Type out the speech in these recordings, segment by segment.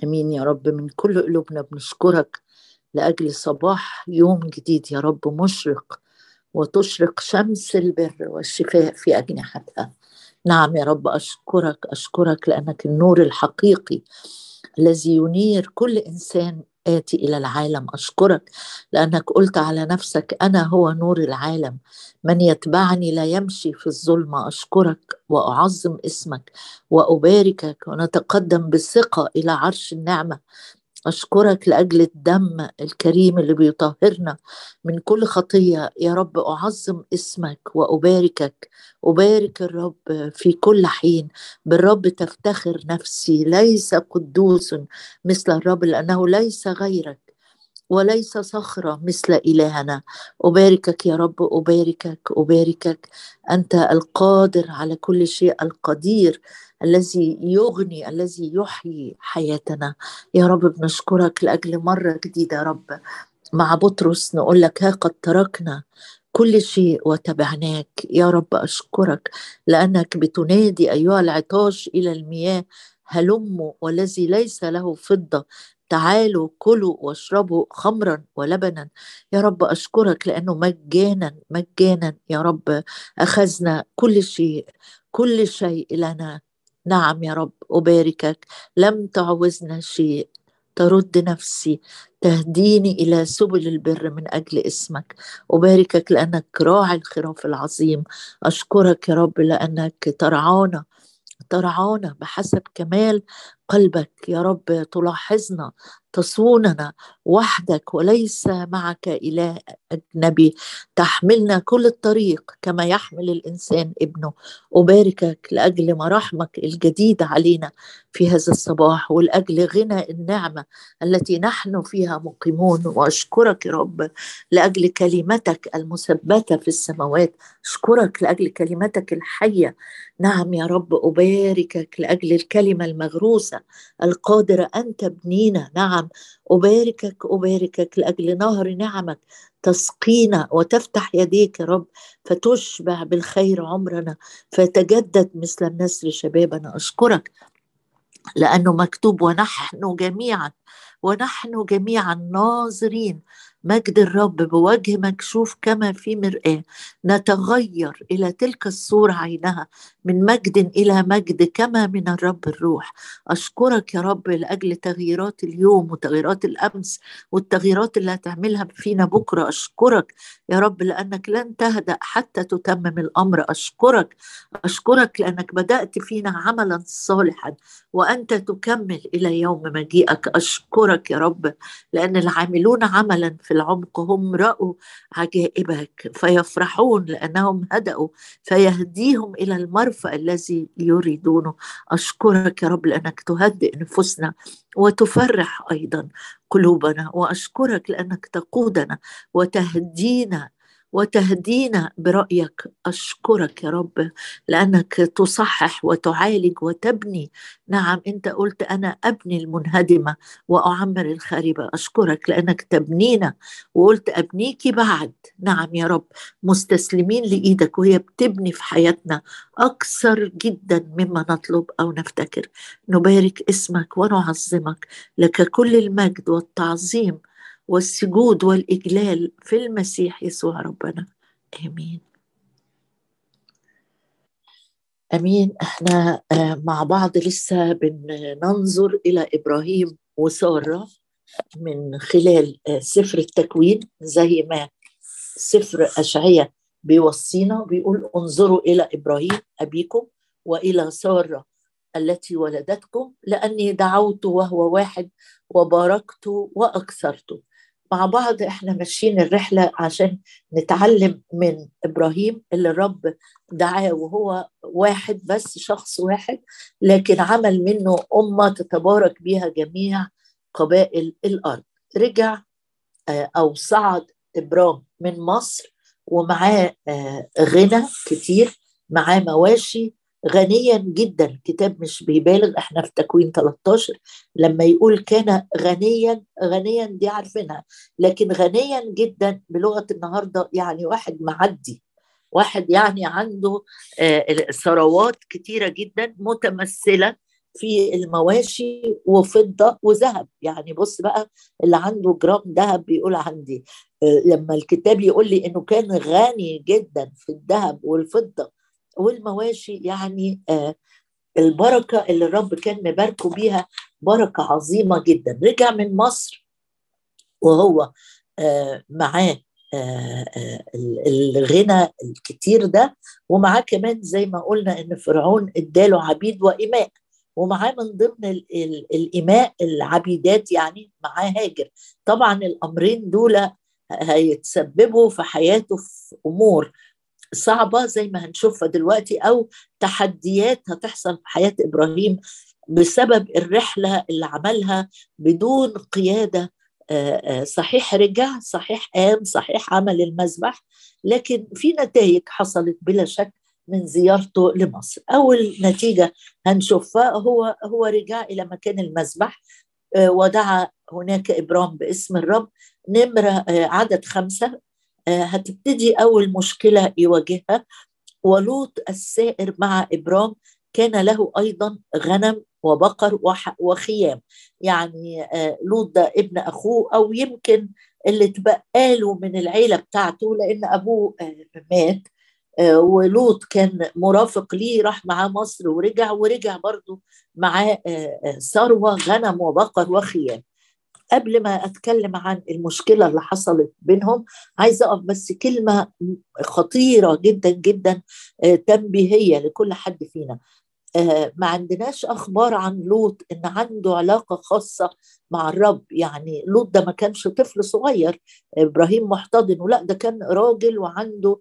امين يا رب. من كل قلوبنا بنشكرك لاجل صباح يوم جديد يا رب مشرق، وتشرق شمس البر والشفاء في اجنحتها. نعم يا رب، اشكرك اشكرك لانك النور الحقيقي الذي ينير كل انسان آتي إلى العالم. أشكرك لأنك قلت على نفسك أنا هو نور العالم، من يتبعني لا يمشي في الظلمة. أشكرك وأعظم اسمك وأباركك ونتقدم بثقة إلى عرش النعمة. أشكرك لأجل الدم الكريم اللي بيطهرنا من كل خطية يا رب. أعظم اسمك وأباركك. أبارك الرب في كل حين. بالرب تفتخر نفسي، ليس قدوس مثل الرب لأنه ليس غيرك، وليس صخرة مثل إلهنا. أباركك يا رب، أباركك أباركك. أنت القادر على كل شيء، القدير الذي يغني، الذي يحيي حياتنا. يا رب بنشكرك لأجل مرة جديدة يا رب. مع بطرس نقول لك ها قد تركنا كل شيء وتبعناك. يا رب أشكرك لأنك بتنادي أيها العطاش إلى المياه هلموا، والذي ليس له فضة تعالوا كلوا واشربوا خمرا ولبنا. يا رب أشكرك لأنه مجانا مجانا يا رب أخذنا كل شيء، كل شيء لنا. نعم يا رب أباركك، لم تعوزنا شيء. ترد نفسي، تهديني إلى سبل البر من أجل اسمك. أباركك لأنك راعي الخراف العظيم. أشكرك يا رب لأنك ترعانا، ترعانا بحسب كمال قلبك يا رب. تلاحظنا، تصوننا وحدك وليس معك إله أجنبي. تحملنا كل الطريق كما يحمل الإنسان ابنه. أباركك لأجل مراحمك الجديدة علينا في هذا الصباح، ولأجل غنى النعمة التي نحن فيها مقيمون. وأشكرك يا رب لأجل كلمتك المثبتة في السماوات. أشكرك لأجل كلمتك الحية. نعم يا رب أباركك لأجل الكلمة المغروسة القادرة أن تبنينا. نعم أباركك أباركك لأجل نهر نعمك تسقينا، وتفتح يديك يا رب فتشبع بالخير عمرنا، فتجدد مثل النسر شبابنا. أشكرك لأنه مكتوب ونحن جميعا، ونحن جميعا ناظرين مجد الرب بوجه مكشوف كما في مرآة، نتغير إلى تلك الصورة عينها، من مجد إلى مجد كما من الرب الروح. أشكرك يا رب لأجل تغييرات اليوم وتغييرات الأمس والتغييرات اللي هتعملها فينا بكرة. أشكرك يا رب لأنك لن تهدأ حتى تتمم الأمر. أشكرك أشكرك لأنك بدأت فينا عملا صالحا وأنت تكمل إلى يوم مجيئك. أشكرك يا رب لأن العاملون عملا في العمق هم رأوا عجائبك فيفرحون لأنهم هدأوا، فيهديهم إلى المرفأ الذي يريدونه. أشكرك يا رب لأنك تهدئ نفوسنا وتفرح أيضا قلوبنا. وأشكرك لأنك تقودنا وتهدينا، وتهدينا برأيك. أشكرك يا رب لأنك تصحح وتعالج وتبني. نعم أنت قلت أنا أبني المنهدمة وأعمر الخاربة. أشكرك لأنك تبنينا وقلت أبنيكي بعد. نعم يا رب مستسلمين لإيدك وهي بتبني في حياتنا أكثر جدا مما نطلب أو نفتكر. نبارك اسمك ونعظمك، لك كل المجد والتعظيم والسجود والإجلال في المسيح يسوع ربنا. آمين امين. احنا مع بعض لسه بننظر الى ابراهيم وساره من خلال سفر التكوين، زي ما سفر اشعياء بيوصينا بيقول انظروا الى ابراهيم ابيكم والى ساره التي ولدتكم، لاني دعوت وهو واحد وباركت واكثرت. مع بعض احنا ماشيين الرحله عشان نتعلم من ابراهيم اللي الرب دعاه وهو واحد بس، شخص واحد، لكن عمل منه امه تتبارك بها جميع قبائل الارض. رجع او صعد ابرام من مصر ومعاه غنى كتير، معاه مواشي، غنيا جدا. الكتاب مش بيبالغ، احنا في تكوين 13 لما يقول كان غنيا، غنيا دي عارفينها، لكن غنيا جدا بلغة النهاردة يعني واحد معدي، واحد يعني عنده ثروات كتيرة جدا متمثلة في المواشي وفضة وذهب. يعني بص بقى، اللي عنده جرام ذهب بيقول عندي. لما الكتاب يقول لي انه كان غني جدا في الذهب والفضة والمواشي، يعني البركة اللي الرب كان مباركه بيها بركة عظيمة جدا. رجع من مصر وهو معاه الغنى الكتير ده، ومعاه كمان زي ما قلنا ان فرعون اداله عبيد وإماء، ومعاه من ضمن الإماء العبيدات يعني معاه هاجر. طبعا الأمرين دول هيتسببوا في حياته في أمور صعبة زي ما هنشوفها دلوقتي، أو تحديات هتحصل في حياة إبراهيم بسبب الرحلة اللي عملها بدون قيادة. صحيح رجع، صحيح قام، صحيح عمل المذبح، لكن في نتائج حصلت بلا شك من زيارته لمصر. أول نتيجة هنشوفها هو رجع إلى مكان المذبح، ودعا هناك إبرام باسم الرب. نمرة عدد 5 هتبتدي أول مشكلة يواجهها. ولوط السائر مع إبرام كان له أيضا غنم وبقر وخيام. يعني لوط ده ابن أخوه، أو يمكن اللي تبقى له من العيلة بتاعته، لأن أبوه مات. ولوط كان مرافق ليه، راح معاه مصر ورجع برضه معاه ثروة غنم وبقر وخيام. قبل ما أتكلم عن المشكلة اللي حصلت بينهم، عايزة أقف بس كلمة خطيرة جدا جدا، تنبيهية لكل حد فينا. ما عندناش أخبار عن لوط إن عنده علاقة خاصة مع الرب. يعني لوط ده ما كانش طفل صغير إبراهيم محتضنه، لا ده كان راجل وعنده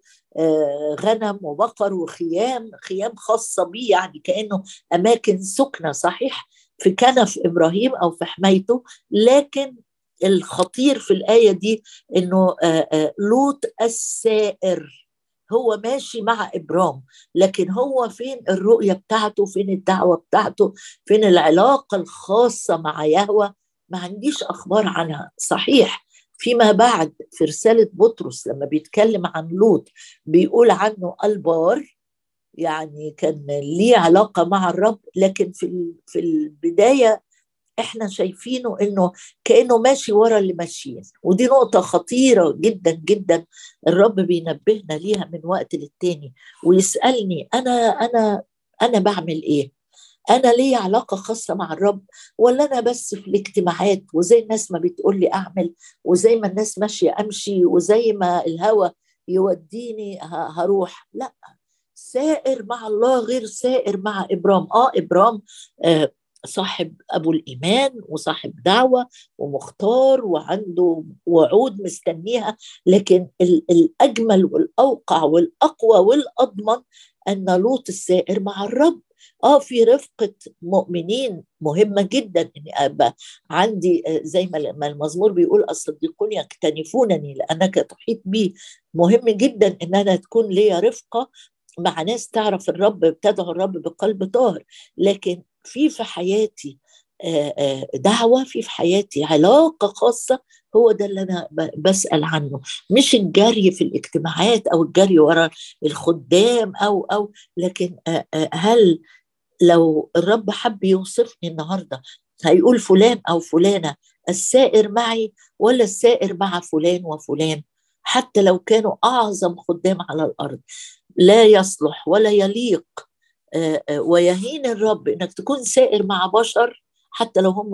غنم وبقر خيام خاصة بيه، يعني كأنه أماكن سكنة صحيح في كنف إبراهيم أو في حمايته. لكن الخطير في الآية دي إنه لوط السائر هو ماشي مع إبرام، لكن هو فين الرؤية بتاعته، فين الدعوة بتاعته، فين العلاقة الخاصة مع يهوه؟ ما عنديش أخبار عنها. صحيح فيما بعد في رسالة بطرس لما بيتكلم عن لوط بيقول عنه البار، يعني كان ليه علاقة مع الرب، لكن في البداية احنا شايفينه انه كأنه ماشي ورا اللي ماشيين. ودي نقطة خطيرة جدا جدا الرب بينبهنا ليها من وقت للتاني، ويسألني انا بعمل ايه؟ انا ليه علاقة خاصة مع الرب، ولا انا بس في الاجتماعات وزي الناس ما بتقول لي اعمل، وزي ما الناس ماشية امشي، وزي ما الهوى يوديني هروح؟ لا، سائر مع الله غير سائر مع إبرام. إبرام صاحب أبو الإيمان وصاحب دعوة ومختار وعنده وعود مستنيها، لكن الأجمل والأوقع والأقوى والأضمن أن لوط السائر مع الرب. في رفقة مؤمنين مهمة جدا إني أبقى عندي، زي ما المزمور بيقول الصديقون يكتنفونني لأنك تحيط بي. مهم جدا إن أنا تكون لي رفقة مع ناس تعرف الرب، بتدعو الرب بقلب طاهر. لكن في حياتي دعوة، في حياتي علاقة خاصة، هو ده اللي أنا بسأل عنه، مش الجري في الاجتماعات أو الجري ورا الخدام أو لكن هل لو الرب حب يوصفني النهاردة هيقول فلان أو فلانة السائر معي، ولا السائر مع فلان وفلان؟ حتى لو كانوا أعظم خدام على الأرض، لا يصلح ولا يليق ويهين الرب انك تكون سائر مع بشر حتى لو هم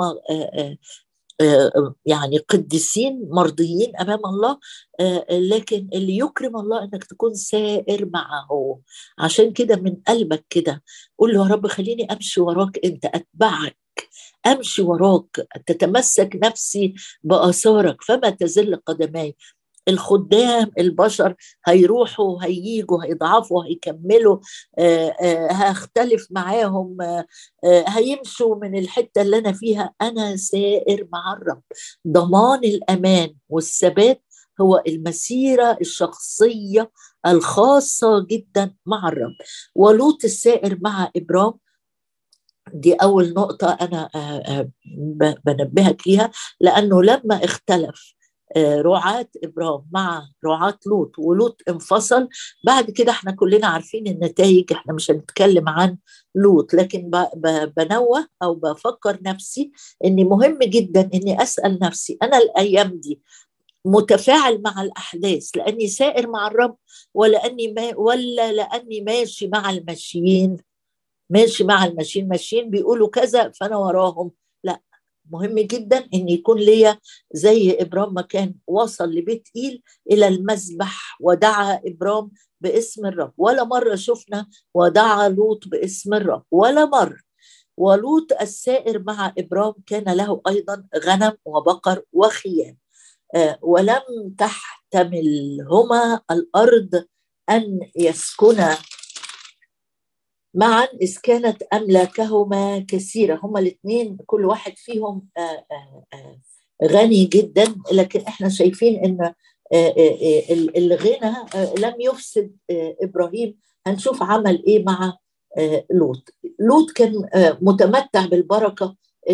يعني قديسين مرضيين امام الله. لكن اللي يكرم الله انك تكون سائر معه. عشان كده من قلبك كده قول له يا رب خليني امشي وراك، انت اتبعك، امشي وراك، تتمسك نفسي باثارك فما تزل قدماي. الخدام البشر هيروحوا هييجوا هيضعفوا هيكملوا، هختلف معاهم، هيمشوا من الحتة اللي أنا فيها. أنا سائر مع الرب. ضمان الأمان والثبات هو المسيرة الشخصية الخاصة جدا مع الرب. ولوط السائر مع إبرام، دي أول نقطة أنا بنبهك ليها، لأنه لما اختلف رعاة إبرام مع رعاة لوط، ولوط انفصل. بعد كده احنا كلنا عارفين النتائج، احنا مش هنتكلم عن لوط، لكن بنوه أو بفكر نفسي إن مهم جدا إني أسأل نفسي أنا الأيام دي متفاعل مع الأحداث لأني سائر مع الرب، ولا لأني ماشي مع الماشيين، ماشي مع الماشيين، ماشيين بيقولوا كذا فأنا وراهم. لا، مهم جدا ان يكون ليا زي ابرام ما كان وصل لبيت ايل الى المذبح ودعا ابرام باسم الرب. ولا مره شفنا ودعا لوط باسم الرب، ولا مره. ولوط السائر مع ابرام كان له ايضا غنم وبقر وخيام، ولم تحتملهما الارض ان يسكنا معا إذ كانت أملاكهما كثيرة. هما الاثنين كل واحد فيهم غني جدا، لكن احنا شايفين ان الغنى لم يفسد إبراهيم. هنشوف عمل ايه مع لوط. لوط كان متمتع بالبركة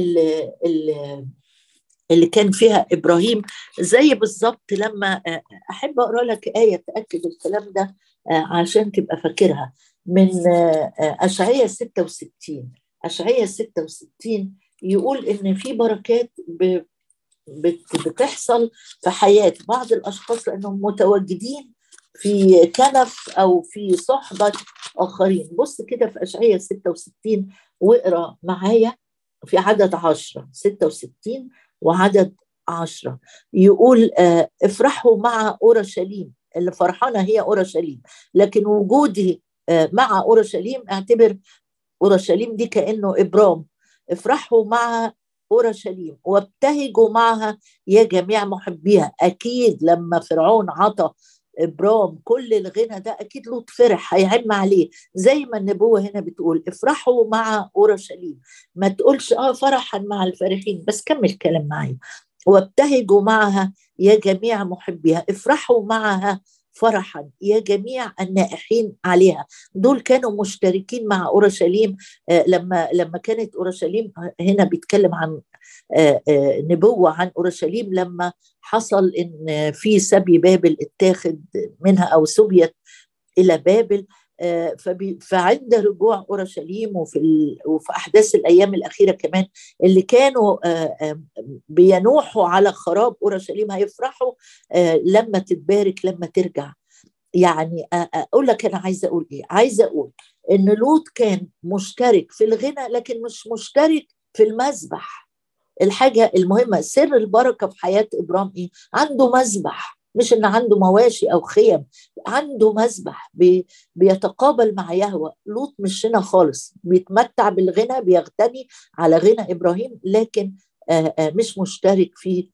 اللي كان فيها إبراهيم. زي بالظبط لما أحب أقرأ لك آية تأكد الكلام ده عشان تبقى فاكرها، من أشعياء 66. أشعياء 66 يقول إن في بركات بتحصل في حياة بعض الأشخاص لأنهم متواجدين في كنف أو في صحبة آخرين. بص كده في أشعياء 66 واقرأ معايا في عدد 10، 66 وعدد 10. يقول افرحوا مع أورشليم. اللي فرحانة هي أورشليم، لكن وجودي مع أورشليم، اعتبر أورشليم دي كأنه إبرام. افرحوا مع أورشليم وابتهجوا معها يا جميع محبيها. أكيد لما فرعون عطى إبرام كل الغنى ده أكيد لوط فرح، هيعم عليه. زي ما النبوة هنا بتقول افرحوا مع أورشليم، ما تقولش فرحا مع الفرحين، بس كمل كلام معي. وابتهجوا معها يا جميع محبيها، افرحوا معها فرحا يا جميع النائحين عليها. دول كانوا مشتركين مع أورشليم. لما كانت أورشليم، هنا بيتكلم عن نبوة عن أورشليم لما حصل إن في سبي بابل اتاخد منها أو سبيت إلى بابل. فعند رجوع أورشليم وفي أحداث الأيام الأخيرة كمان اللي كانوا بينوحوا على خراب أورشليم هيفرحوا لما تتبارك، لما ترجع. يعني أقول لك أنا عايزة أقول إيه؟ عايزة أقول إن لوط كان مشترك في الغنى لكن مش مشترك في المذبح. الحاجة المهمة سر البركة في حياة إبرام إيه؟ عنده مذبح، مش إن عنده مواشي أو خيم، عنده مذبح بيتقابل مع يهوه. لوط مش هنا خالص، بيتمتع بالغنى، بيغتني على غنى إبراهيم، لكن مش مشترك في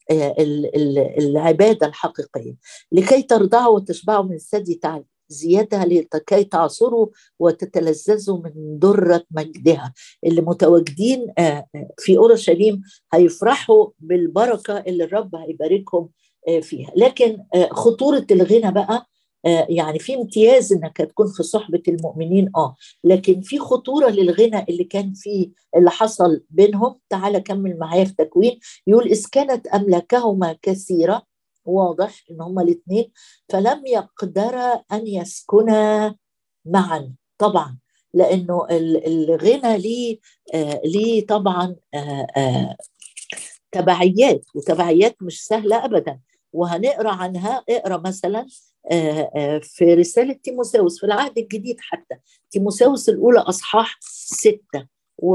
العبادة الحقيقية. لكي ترضعوا وتشبعوا من الثدي زيادة، لكي تعصروا وتتلذذوا من درة مجدها. اللي متواجدين في أورشليم هيفرحوا بالبركة اللي الرب هيباركهم فيها. لكن خطورة الغنى بقى، يعني في امتياز انك تكون في صحبة المؤمنين، لكن في خطورة للغنى اللي كان فيه، اللي حصل بينهم. تعال كمل معايا في تكوين. يقول إذ كانت أملاكهما كثيرة، واضح ان هما الاثنين فلم يقدرا ان يسكنا معا. طبعا لانه الغنى ليه طبعا تبعيات، وتبعيات مش سهله ابدا، وهنقرا عنها. اقرا مثلا في رساله تيموثاوس في العهد الجديد، حتى تيموثاوس الاولى اصحاح 6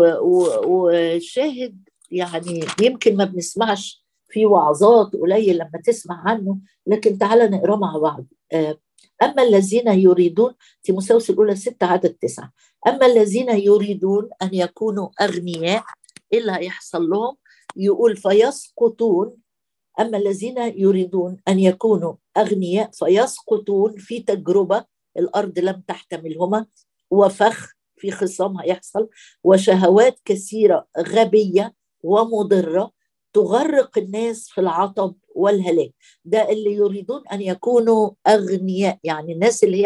وشاهد. يعني يمكن ما بنسمعش في وعظات، قليل لما تسمع عنه، لكن تعالى نقرا مع بعض. أما الذين يريدون، تيموثاوس الأولى 6 عدد 9. أما الذين يريدون أن يكونوا أغنياء، إيه اللي هيحصل لهم؟ يقول فيسقطون. أما الذين يريدون أن يكونوا أغنياء فيسقطون في تجربة الأرض لم تحتملهما، وفخ في خصام هيحصل، وشهوات كثيرة غبية ومضرة تغرق الناس في العطب والهلاك. ده اللي يريدون أن يكونوا أغنياء، يعني الناس اللي هي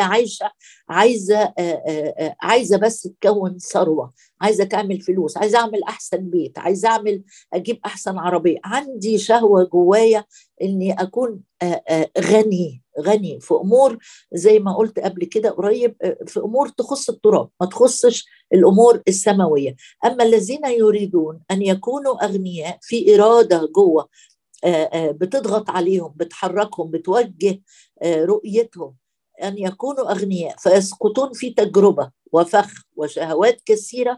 عايزة بس تكون ثروة، عايزة تعمل فلوس، عايزة أعمل أحسن بيت، عايزة أجيب أحسن عربية. عندي شهوة جوايا إني أكون غني في أمور زي ما قلت قبل كده قريب، في أمور تخص التراب ما تخصش الأمور السماوية. أما الذين يريدون أن يكونوا أغنياء، في إرادة جوه بتضغط عليهم، بتحركهم، بتوجه رؤيتهم أن يكونوا أغنياء، فيسقطون في تجربة وفخ وشهوات كثيرة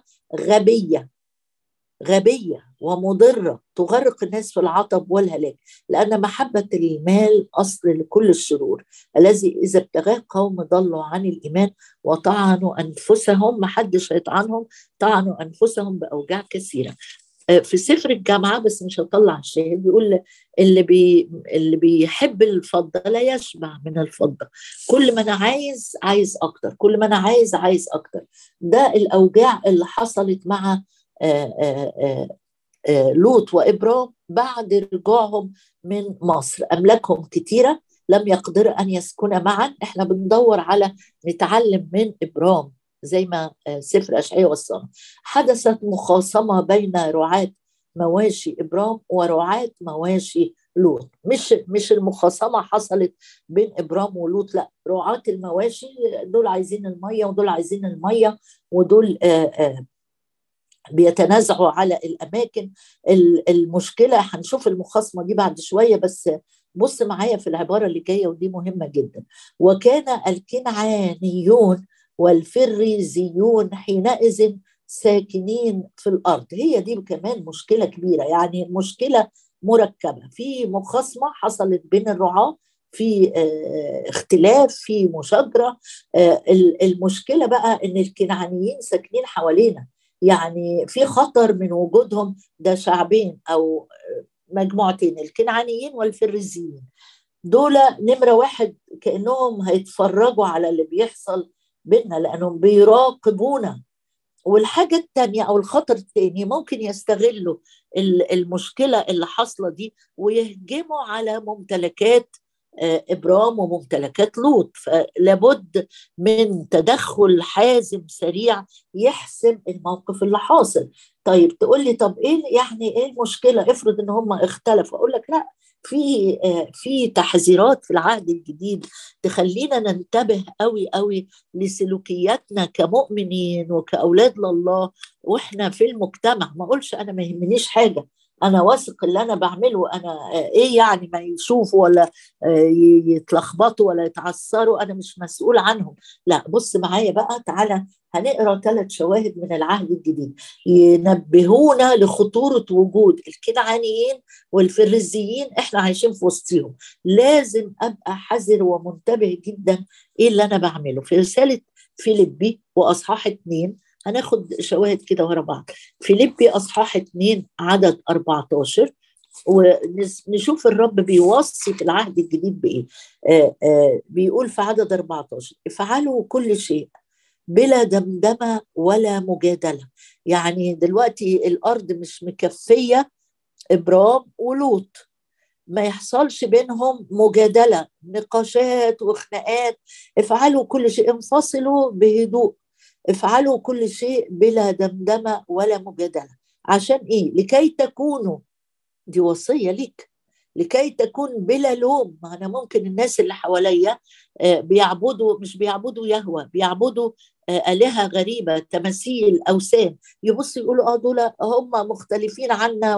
غبية ومضرة تغرق الناس في العطب والهلاك. لأن محبة المال أصل لكل الشرور، الذي إذا ابتغاه قوم ضلوا عن الإيمان وطعنوا أنفسهم. محدش هيطعنهم، طعنوا أنفسهم بأوجاع كثيرة. في سفر الجامعة، بس مش هطلع الشاهد، بيقول اللي بيحب الفضة لا يشبع من الفضة. كل ما أنا عايز أكتر، كل ما أنا عايز أكتر. ده الأوجاع اللي حصلت مع لوط وإبرام بعد رجوعهم من مصر. أملاكهم كتيرة، لم يقدروا أن يسكنوا معا. إحنا بندور على نتعلم من إبرام زي ما سفر أشعياء وصلنا. حدثت مخاصمة بين رعاة مواشي إبرام ورعاة مواشي لوط. مش المخاصمة حصلت بين إبرام ولوط، لا، رعاة المواشي دول عايزين المية ودول عايزين المية، ودول بيتنازعوا على الأماكن. المشكلة هنشوف المخاصمة دي بعد شوية، بس بص معايا في العبارة اللي جاية ودي مهمة جدا. وكان الكنعانيون والفريزيون حينئذ ساكنين في الأرض. هي دي كمان مشكلة كبيرة، يعني مشكلة مركبة، في مخاصمة حصلت بين الرعاة، في اختلاف، في مشاجرة. المشكلة بقى ان الكنعانيين ساكنين حوالينا، يعني في خطر من وجودهم. ده شعبين او مجموعتين، الكنعانيين والفريزيين. دول نمرة واحد كأنهم هيتفرجوا على اللي بيحصل بينا، لأنهم بيراقبونا. والحاجة التانية أو الخطر التاني، ممكن يستغلوا المشكلة اللي حصلة دي ويهجموا على ممتلكات إبرام وممتلكات لوط. فلابد من تدخل حازم سريع يحسم الموقف اللي حاصل. طيب تقول لي طب ايه يعني ايه المشكلة؟ افرض ان هم اختلفوا. اقول لك لا، في تحذيرات في العهد الجديد تخلينا ننتبه قوي قوي لسلوكياتنا كمؤمنين وكأولاد لله واحنا في المجتمع. ما اقولش انا ما يهمنيش حاجة، انا واثق اللي انا بعمله، انا ايه يعني ما يشوفوا ولا يتلخبطوا ولا يتعثروا، انا مش مسؤول عنهم. لا، بص معايا بقى، تعالى هنقرا 3 شواهد من العهد الجديد ينبهونا لخطورة وجود الكنعانيين والفريزيين. احنا عايشين في وسطهم، لازم ابقى حذر ومنتبه جدا ايه اللي انا بعمله. في رسالة فيليبي واصحاح 2 هناخد شواهد كده ورا بعض. فيليبي اصحاح 2 عدد 14، ونشوف الرب بيوصي في العهد الجديد بايه. بيقول في عدد 14: افعلوا كل شيء بلا دمدمة ولا مجادلة. يعني دلوقتي الأرض مش مكفية إبرام ولوط، ما يحصلش بينهم مجادلة، نقاشات وخناقات. افعلوا كل شيء، انفصلوا بهدوء، افعلوا كل شيء بلا دمدمة ولا مجادلة. عشان ايه؟ لكي تكونوا، دي وصية ليك، لكي تكون بلا لوم. ما أنا ممكن الناس اللي حواليا بيعبدوا، مش بيعبدوا يهوه، بيعبدوا آلهة غريبة، تماثيل، أوثان. يبص يقولوا دول هم مختلفين عنا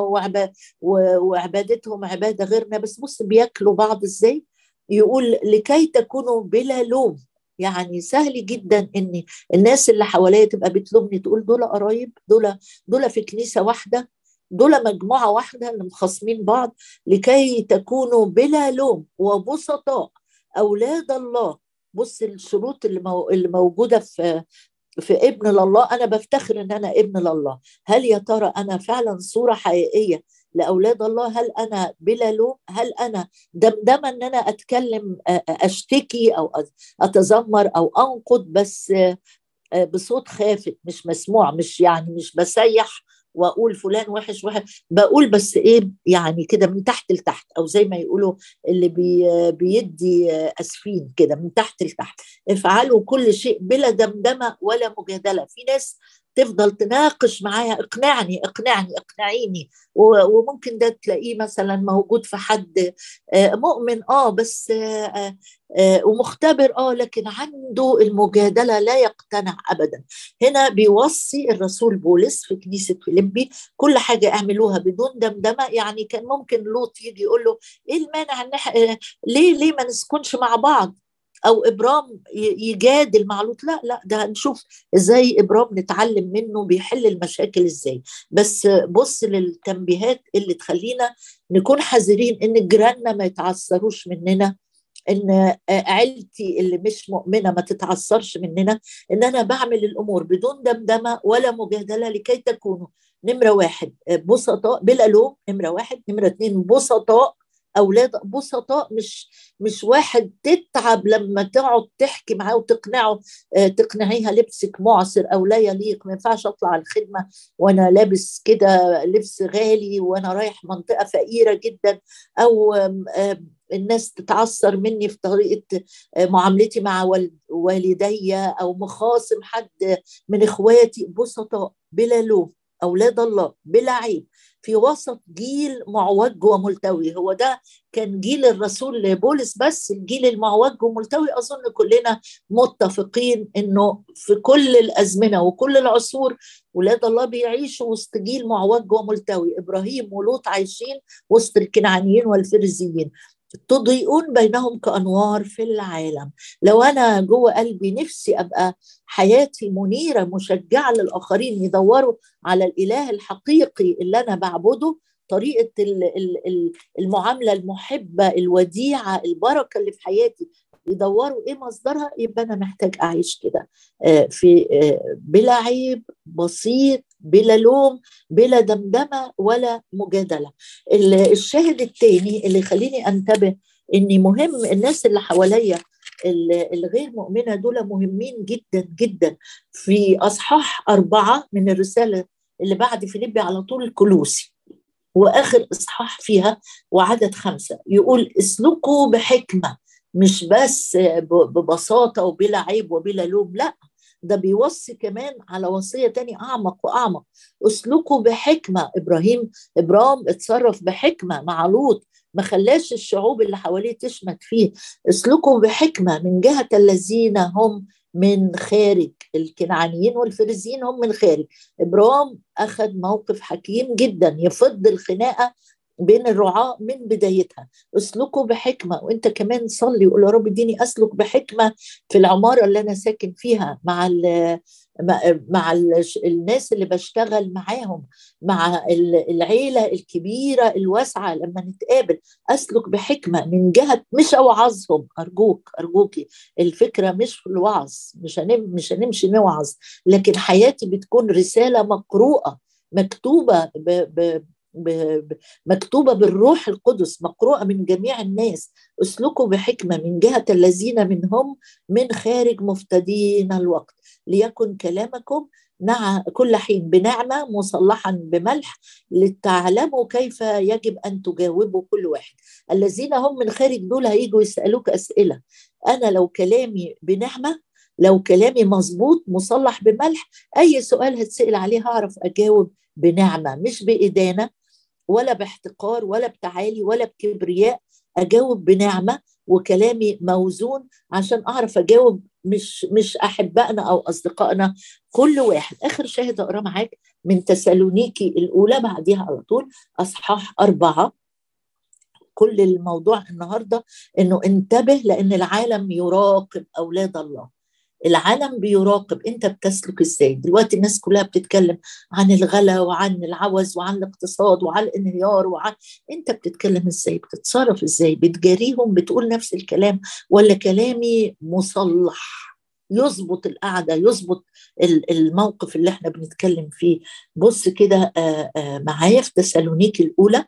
وعبادتهم عبادة غيرنا، بس بص بياكلوا بعض ازاي. يقول لكي تكونوا بلا لوم. يعني سهل جدا ان الناس اللي حواليا تبقى بتلومني، تقول دول قرايب، دول في كنيسة واحدة، دول مجموعة واحدة اللي مخاصمين بعض. لكي تكونوا بلا لوم وبسطاء أولاد الله. بص الشروط اللي موجودة في ابن لله. أنا بفتخر أن أنا ابن لله. هل يا ترى أنا فعلا صورة حقيقية لأولاد الله؟ هل أنا بلا لوم؟ هل أنا دمدمة أن أنا أتكلم أشتكي أو أتذمر أو أنقد بس بصوت خافت مش مسموع، مش يعني مش بسيح واقول فلان وحش وحش، بقول بس ايه يعني كده من تحت لتحت، او زي ما يقولوا اللي بيدي اسفين كده من تحت لتحت. افعلوا كل شيء بلا دمدمه ولا مجادله. في ناس تفضل تناقش معايا، اقنعني اقنعني اقنعيني، وممكن ده تلاقيه مثلا موجود في حد مؤمن بس ومختبر لكن عنده المجادله لا يقتنع ابدا. هنا بيوصي الرسول بولس في كنيسه فيليبي كل حاجه اعملوها بدون دمدمه. يعني كان ممكن لوط يجي يقول له ايه المانع ان ليه ما نسكنش مع بعض، او ابرام يجادل مع لوط. لا لا، ده هنشوف ازاي ابرام نتعلم منه بيحل المشاكل ازاي. بس بص للتنبيهات اللي تخلينا نكون حذرين ان جيراننا ما يتعثروش مننا، ان عيلتي اللي مش مؤمنه ما تتعثرش مننا، ان انا بعمل الامور بدون دمدمه ولا مجادله لكي تكونوا نمره واحد بسطاء بلا لوم، نمره واحد. نمره اتنين بسطاء، اولاد بسطاء، مش واحد تتعب لما تقعد تحكي معاه وتقنعه، تقنعيها لبسك معسر او لا يليق، ما ينفعش اطلع الخدمه وانا لابس كده لبس غالي وانا رايح منطقه فقيره جدا، او الناس تتعثر مني في طريقة معاملتي مع والدي، أو مخاصم حد من إخواتي. بسطاء بلا لوم، أولاد الله بلا عيب، في وسط جيل معوج وملتوي. هو ده كان جيل الرسول بولس، بس الجيل المعوج وملتوي أظن كلنا متفقين إنه في كل الأزمنة وكل العصور ولاد الله بيعيشوا وسط جيل معوج وملتوي. إبراهيم ولوط عايشين وسط الكنعانيين والفريزيين، تضيئون بينهم كأنوار في العالم. لو أنا جوه قلبي نفسي أبقى حياتي منيرة مشجعة للآخرين يدوروا على الإله الحقيقي اللي أنا بعبده، طريقة المعاملة المحبة الوديعة البركة اللي في حياتي يدوروا ايه مصدرها، يبقى انا محتاج اعيش كده في بلا عيب، بسيط، بلا لوم، بلا دمدمه ولا مجادله. الشاهد الثاني اللي يخليني انتبه اني مهم الناس اللي حواليا الغير مؤمنه دول مهمين جدا جدا. في اصحاح 4 من الرساله اللي بعد فيليبي على طول الكلوسي، واخر اصحاح فيها وعدد 5 يقول اسلكوا بحكمه، مش بس ببساطه وبلا عيب وبلا لوم، لا، ده بيوصي كمان على وصيه تاني اعمق واعمق. اسلكوا بحكمه. ابرام اتصرف بحكمه مع لوط، ما خلاش الشعوب اللي حواليه تشمت فيه. اسلكوا بحكمه من جهه الذين هم من خارج، الكنعانيين والفريزيين هم من خارج. ابرام اخذ موقف حكيم جدا يفض الخناقه بين الرعاة من بدايتها. اسلكوا بحكمة، وانت كمان صلي وقول يا رب اديني اسلك بحكمة في العمارة اللي انا ساكن فيها، مع الناس اللي بشتغل معاهم، مع العيلة الكبيرة الواسعة لما نتقابل. اسلك بحكمة من جهة مش اوعظهم، ارجوكي الفكرة مش في الوعظ، مش هنمشي نوعظ، لكن حياتي بتكون رسالة مقروءة مكتوبة مكتوبة بالروح القدس، مقروءة من جميع الناس. اسلكوا بحكمة من جهة الذين منهم من خارج مفتدين الوقت، ليكن كلامكم كل حين بنعمة مصلحا بملح، لتعلموا كيف يجب أن تجاوبوا كل واحد. الذين هم من خارج دول هيجوا يسألوك أسئلة. أنا لو كلامي بنعمة، لو كلامي مظبوط مصلح بملح، أي سؤال هتسأل عليه هعرف أجاوب بنعمة، مش بإدانة ولا باحتقار ولا بتعالي ولا بكبرياء. اجاوب بنعمه وكلامي موزون عشان اعرف اجاوب، مش احبائنا او اصدقائنا، كل واحد. اخر شاهد اقرا معاك من تسالونيكي الاولى بعديها على طول اصحاح 4. كل الموضوع النهارده انه انتبه لان العالم يراقب اولاد الله. العالم بيراقب انت بتسلك ازاي. دلوقتي الناس كلها بتتكلم عن الغلا وعن العوز وعن الاقتصاد وعن الانهيار انت بتتكلم ازاي، بتتصرف ازاي، بتجاريهم، بتقول نفس الكلام، ولا كلامي مصلح يظبط القعدة، يظبط الموقف اللي احنا بنتكلم فيه. بص كده معايا في تسالونيك الأولى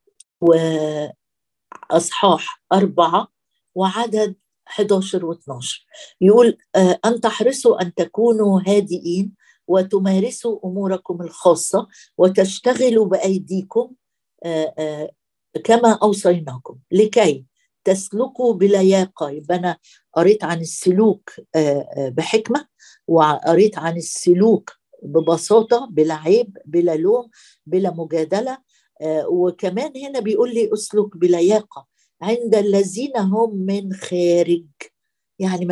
وأصحاح 4 وعدد 11 و12 يقول أن تحرصوا أن تكونوا هادئين وتمارسوا أموركم الخاصة وتشتغلوا بأيديكم كما أوصيناكم لكي تسلكوا بلياقة. يبقى أنا قريت عن السلوك بحكمة، وقريت عن السلوك ببساطة بلا عيب بلا لوم بلا مجادلة. وكمان هنا بيقول لي أسلك بلياقة عند الذين هم من خارج. يعني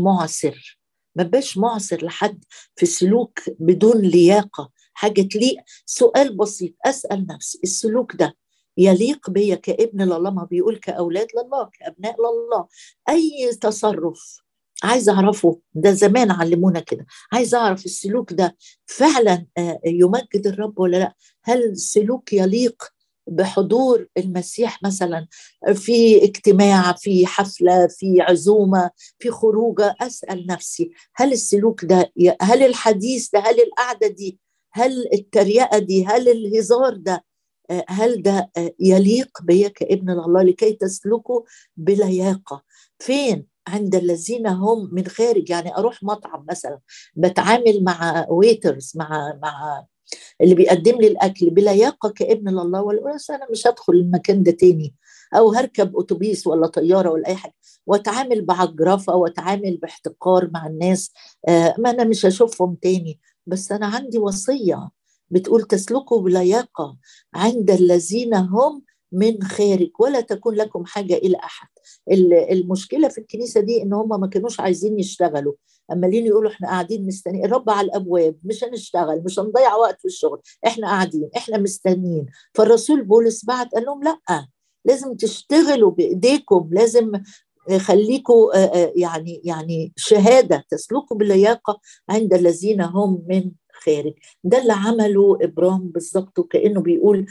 ما بقاش معسر لحد في سلوك بدون لياقة، حاجة تليق. سؤال بسيط أسأل نفسي، السلوك ده يليق بيا كابن لله؟ ما بيقول كأولاد لله كأبناء لله. أي تصرف عايز أعرفه، ده زمان علمونا كده، عايز أعرف السلوك ده فعلا يمجد الرب ولا لا. هل السلوك يليق بحضور المسيح مثلا في اجتماع، في حفلة، في عزومة، في خروجة؟ أسأل نفسي هل السلوك ده، هل الحديث ده، هل القعدة دي، هل التريقة دي، هل الهزار ده، هل ده يليق بي كابن الله لكي تسلكوا بلياقة؟ فين؟ عند الذين هم من خارج. يعني أروح مطعم مثلا بتعامل مع ويترز، مع اللي بيقدم لي الاكل بلياقه كابن لله، ولا انا مش هدخل المكان ده تاني، او هركب اتوبيس ولا طياره ولا اي حاجه واتعامل بعجرفه واتعامل باحتقار مع الناس؟ ما انا مش هشوفهم تاني. بس انا عندي وصيه بتقول تسلكوا بلياقه عند الذين هم من خارج ولا تكون لكم حاجه الى احد. المشكله في الكنيسه دي ان هم ما كانوش عايزين يشتغلوا، عمالين يقولوا احنا قاعدين مستنيين الرب على الابواب، مش هنشتغل، مش هنضيع وقت في الشغل، احنا قاعدين احنا مستنيين. فالرسول بولس بعت قال لهم لا، لازم تشتغلوا بايديكم، لازم خليكوا يعني شهاده تسلكوا باللياقه عند الذين هم من خارج. ده اللي عمله ابرام بالظبط، وكانه بيقول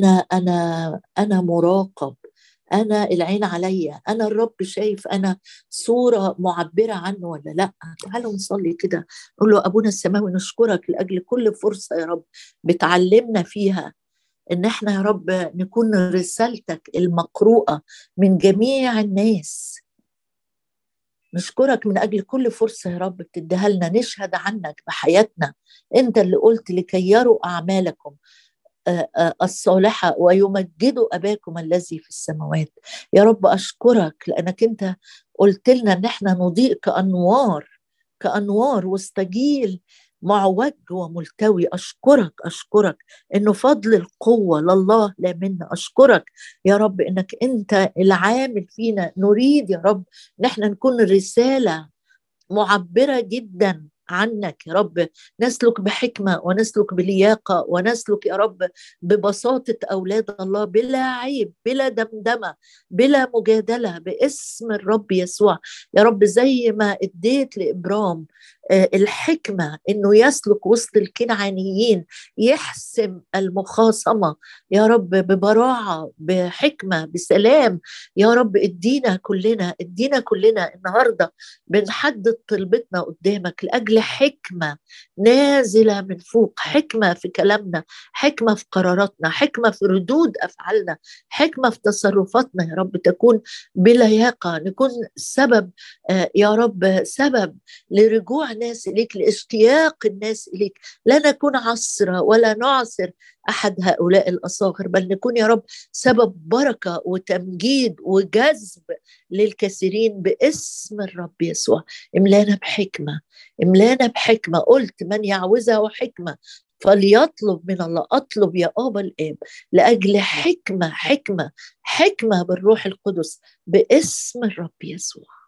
انا مراقب، أنا العين عليا، أنا الرب شايف أنا صورة معبرة عنه ولا لا. تعالوا نصلي كده، نقول له أبونا السماوي نشكرك لأجل كل فرصة يا رب بتعلمنا فيها إن احنا يا رب نكون رسالتك المقروءة من جميع الناس. نشكرك من أجل كل فرصة يا رب بتديها لنا نشهد عنك بحياتنا. أنت اللي قلت لكي يروا أعمالكم الصالحة ويمجدوا أباكم الذي في السماوات. يا رب أشكرك لأنك أنت قلت لنا أن احنا نضيء كأنوار وسط جيل معوج وملتوي. أشكرك إنه فضل القوة لله لا منا. أشكرك يا رب إنك أنت العامل فينا. نريد يا رب إن احنا نكون رسالة معبرة جدا عنك يا رب، نسلك بحكمة ونسلك بلياقة ونسلك يا رب ببساطة أولاد الله بلا عيب بلا دمدمة بلا مجادلة باسم الرب يسوع. يا رب زي ما اديت لإبرام الحكمة إنه يسلك وسط الكنعانيين، يحسم المخاصمة يا رب ببراعة بحكمة بسلام. يا رب ادينا كلنا النهاردة بنحدد طلبتنا قدامك لأجل حكمة نازلة من فوق، حكمة في كلامنا، حكمة في قراراتنا، حكمة في ردود أفعالنا، حكمة في تصرفاتنا يا رب تكون بلياقة. نكون سبب يا رب سبب لرجوع ناس إليك، لاشتياق الناس إليك. لا نكون عصرة ولا نعصر أحد هؤلاء الأصاغر، بل نكون يا رب سبب بركة وتمجيد وجذب للكثيرين باسم الرب يسوع. املانا بحكمة. قلت من يعوزه حكمة فليطلب من الله. أطلب يا أبا الآب لأجل حكمة بالروح القدس باسم الرب يسوع.